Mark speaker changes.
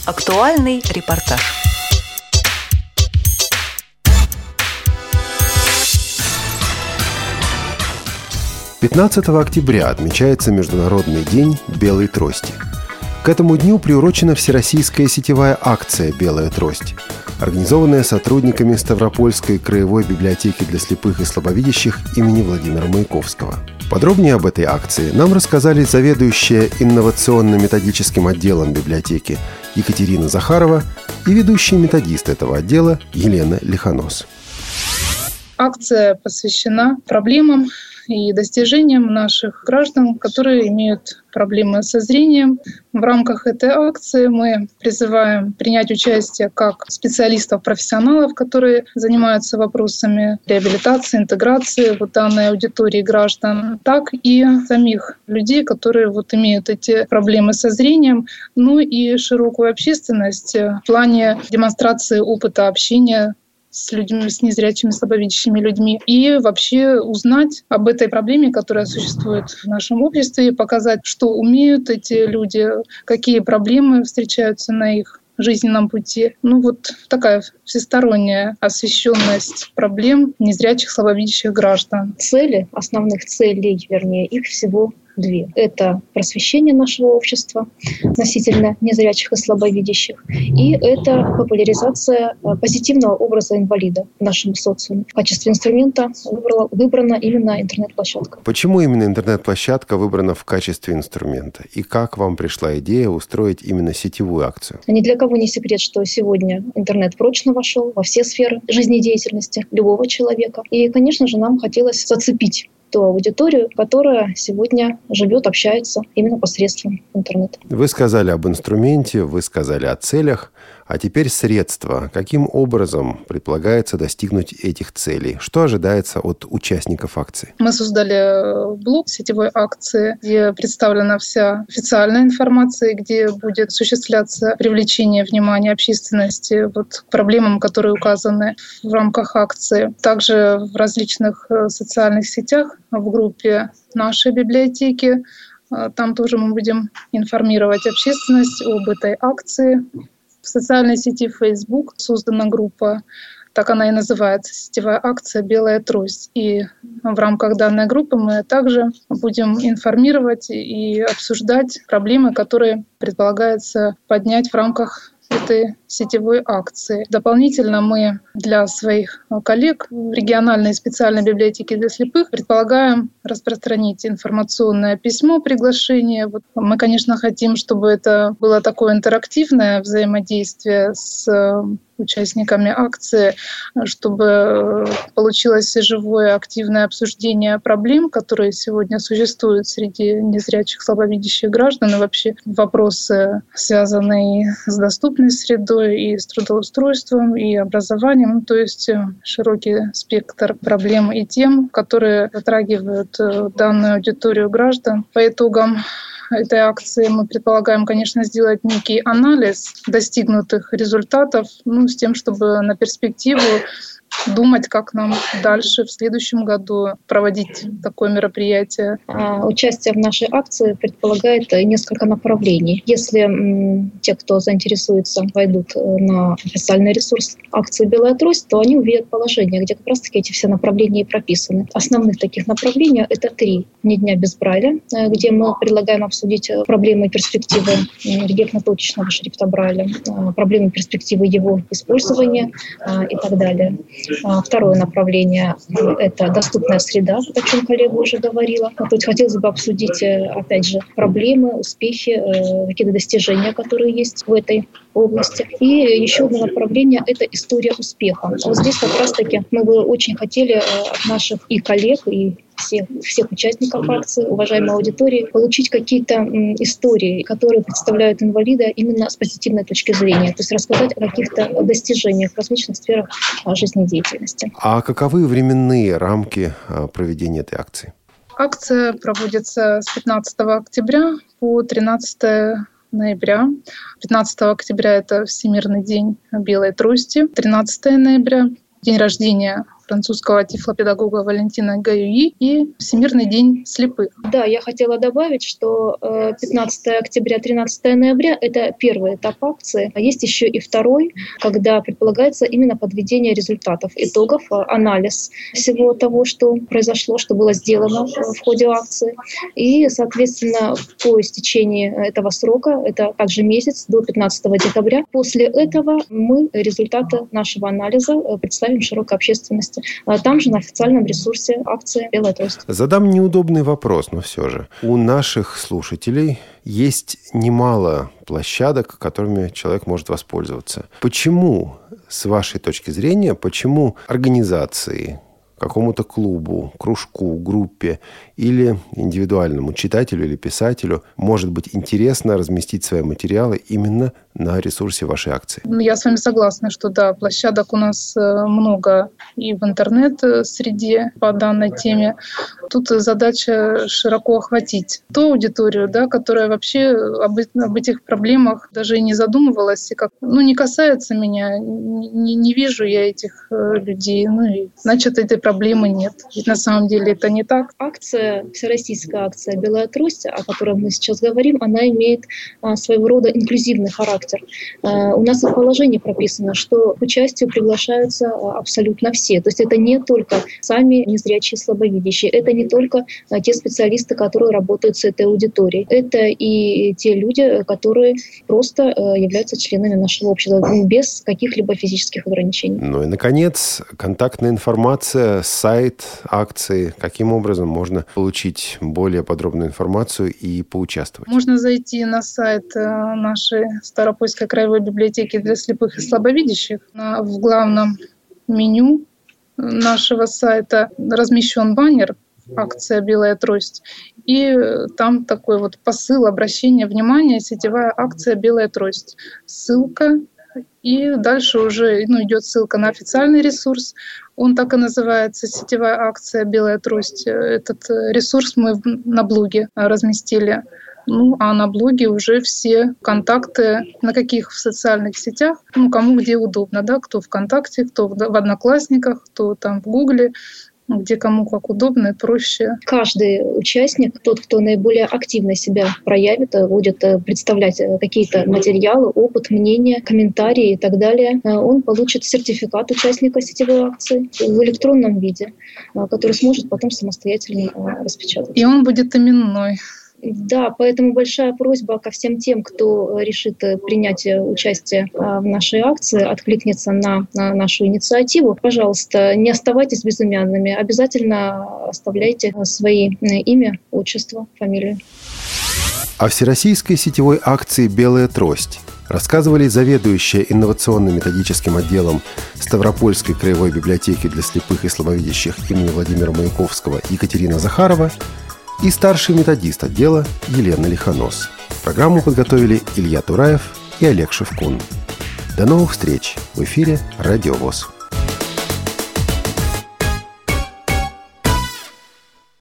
Speaker 1: Актуальный репортаж.
Speaker 2: «15 октября отмечается Международный день белой трости. К этому дню приурочена всероссийская сетевая акция «Белая трость», организованная сотрудниками Ставропольской краевой библиотеки для слепых и слабовидящих имени Владимира Маяковского. Подробнее об этой акции нам рассказали заведующая инновационно-методическим отделом библиотеки Екатерина Захарова и ведущий методист этого отдела Елена Лихонос.
Speaker 3: Акция посвящена проблемам и достижениям наших граждан, которые имеют проблемы со зрением. В рамках этой акции мы призываем принять участие как специалистов-профессионалов, которые занимаются вопросами реабилитации, интеграции данной аудитории граждан, так и самих людей, которые имеют эти проблемы со зрением, и широкую общественность в плане демонстрации опыта общения с людьми, с незрячими, слабовидящими людьми, и вообще узнать об этой проблеме, которая существует в нашем обществе, и показать, что умеют эти люди, какие проблемы встречаются на их жизненном пути. Такая всесторонняя освещенность проблем незрячих, слабовидящих граждан.
Speaker 4: Основных целей, их всего две. Это просвещение нашего общества относительно незрячих и слабовидящих, и это популяризация позитивного образа инвалида в нашем социуме. В качестве инструмента выбрана именно интернет-площадка.
Speaker 2: Почему именно интернет-площадка выбрана в качестве инструмента? И как вам пришла идея устроить именно сетевую акцию?
Speaker 4: Ни для кого не секрет, что сегодня интернет прочно вошел во все сферы жизнедеятельности любого человека. И, конечно же, нам хотелось зацепить ту аудиторию, которая сегодня живет, общается именно посредством интернета.
Speaker 2: Вы сказали об инструменте, вы сказали о целях, а теперь средства. Каким образом предполагается достигнуть этих целей? Что ожидается от участников акции?
Speaker 3: Мы создали блок сетевой акции, где представлена вся официальная информация, где будет осуществляться привлечение внимания общественности к проблемам, которые указаны в рамках акции. Также в различных социальных сетях, в группе нашей библиотеки, там тоже мы будем информировать общественность об этой акции. В социальной сети Facebook создана группа, так она и называется, сетевая акция «Белая трость». И в рамках данной группы мы также будем информировать и обсуждать проблемы, которые предполагается поднять в рамках этой сетевой акции. Дополнительно мы для своих коллег в региональной специальной библиотеке для слепых предполагаем распространить информационное письмо, приглашение. Мы, конечно, хотим, чтобы это было такое интерактивное взаимодействие с участниками акции, чтобы получилось живое активное обсуждение проблем, которые сегодня существуют среди незрячих, слабовидящих граждан, и вообще вопросы, связанные с доступной средой, и с трудоустройством, и образованием, то есть широкий спектр проблем и тем, которые затрагивают данную аудиторию граждан. По итогам этой акции мы предполагаем, конечно, сделать некий анализ достигнутых результатов, с тем, чтобы на перспективу думать, как нам дальше в следующем году проводить такое мероприятие.
Speaker 4: Участие в нашей акции предполагает несколько направлений. Если те, кто заинтересуется, войдут на официальный ресурс акции «Белая трость», то они увидят положение, где как раз-таки эти все направления и прописаны. Основных таких направлений — это 3. «Ни дня без Брайля», где мы предлагаем обсудить проблемы и перспективы рельефно-точечного шрифта Брайля, проблемы и перспективы его использования и так далее. Второе направление — это доступная среда, о чем коллега уже говорила. Тут хотелось бы обсудить, опять же, проблемы, успехи, какие-то достижения, которые есть в этой области. И еще одно направление — это история успеха. Здесь как раз-таки мы бы очень хотели от наших и коллег, и всех участников акции, уважаемой аудитории, получить какие-то истории, которые представляют инвалида именно с позитивной точки зрения. То есть рассказать о каких-то достижениях в различных сферах жизнедеятельности.
Speaker 2: А каковы временные рамки проведения этой акции?
Speaker 3: Акция проводится с 15 октября по 13 ноября. 15 октября — это Всемирный день белой трости. 13 ноября — день рождения французского тифлопедагога Валентина Гаюи и Всемирный день слепых.
Speaker 4: Да, я хотела добавить, что 15 октября, 13 ноября – это первый этап акции. А есть еще и второй, когда предполагается именно подведение результатов, итогов, анализ всего того, что произошло, что было сделано в ходе акции. И, соответственно, по истечении этого срока, это также месяц, до 15 декабря, после этого мы результаты нашего анализа представим широкой общественности. Там же на официальном ресурсе акции «Белая трость».
Speaker 2: Задам неудобный вопрос, но все же. У наших слушателей есть немало площадок, которыми человек может воспользоваться. Почему, с вашей точки зрения, почему организации, какому-то клубу, кружку, группе или индивидуальному читателю или писателю может быть интересно разместить свои материалы именно на ресурсе вашей акции?
Speaker 3: Я с вами согласна, что да, площадок у нас много и в интернет-среде по данной теме. Тут задача широко охватить ту аудиторию, да, которая вообще об этих проблемах даже и не задумывалась, и не касается меня, не вижу я этих людей, и значит, этой проблемы нет. Ведь на самом деле это не так.
Speaker 4: Акция, всероссийская акция «Белая трость», о которой мы сейчас говорим, она имеет своего рода инклюзивный характер. У нас в положении прописано, что к участию приглашаются абсолютно все. То есть это не только сами незрячие, слабовидящие, это не только те специалисты, которые работают с этой аудиторией. Это и те люди, которые просто являются членами нашего общества без каких-либо физических ограничений.
Speaker 2: Ну и, наконец, контактная информация, сайт акции. Каким образом можно получить более подробную информацию и поучаствовать?
Speaker 3: Можно зайти на сайт нашей Ставропольской краевой библиотеки для слепых и слабовидящих. В главном меню нашего сайта размещен баннер «Акция «Белая трость». И там такой вот посыл, обращение внимания, сетевая акция «Белая трость». Ссылка. И дальше уже идет ссылка на официальный ресурс. Он так и называется, сетевая акция «Белая трость». Этот ресурс мы на блоге разместили. А на блоге уже все контакты, на каких в социальных сетях, кому где удобно, да, кто ВКонтакте, кто в Одноклассниках, кто там в Гугле, где кому как удобно и проще.
Speaker 4: Каждый участник, тот, кто наиболее активно себя проявит, будет представлять какие-то материалы, опыт, мнения, комментарии и так далее, он получит сертификат участника сетевой акции в электронном виде, который сможет потом самостоятельно распечатать.
Speaker 3: И он будет именной.
Speaker 4: Да, поэтому большая просьба ко всем тем, кто решит принять участие в нашей акции, откликнется на нашу инициативу. Пожалуйста, не оставайтесь безымянными. Обязательно оставляйте свои имя, отчество, фамилию.
Speaker 2: О всероссийской сетевой акции «Белая трость» рассказывали заведующая инновационно-методическим отделом Ставропольской краевой библиотеки для слепых и слабовидящих имени Владимира Маяковского Екатерина Захарова и старший методист отдела Елена Лихонос. Программу подготовили Илья Тураев и Олег Шевкун. До новых встреч в эфире «Радио ВОС».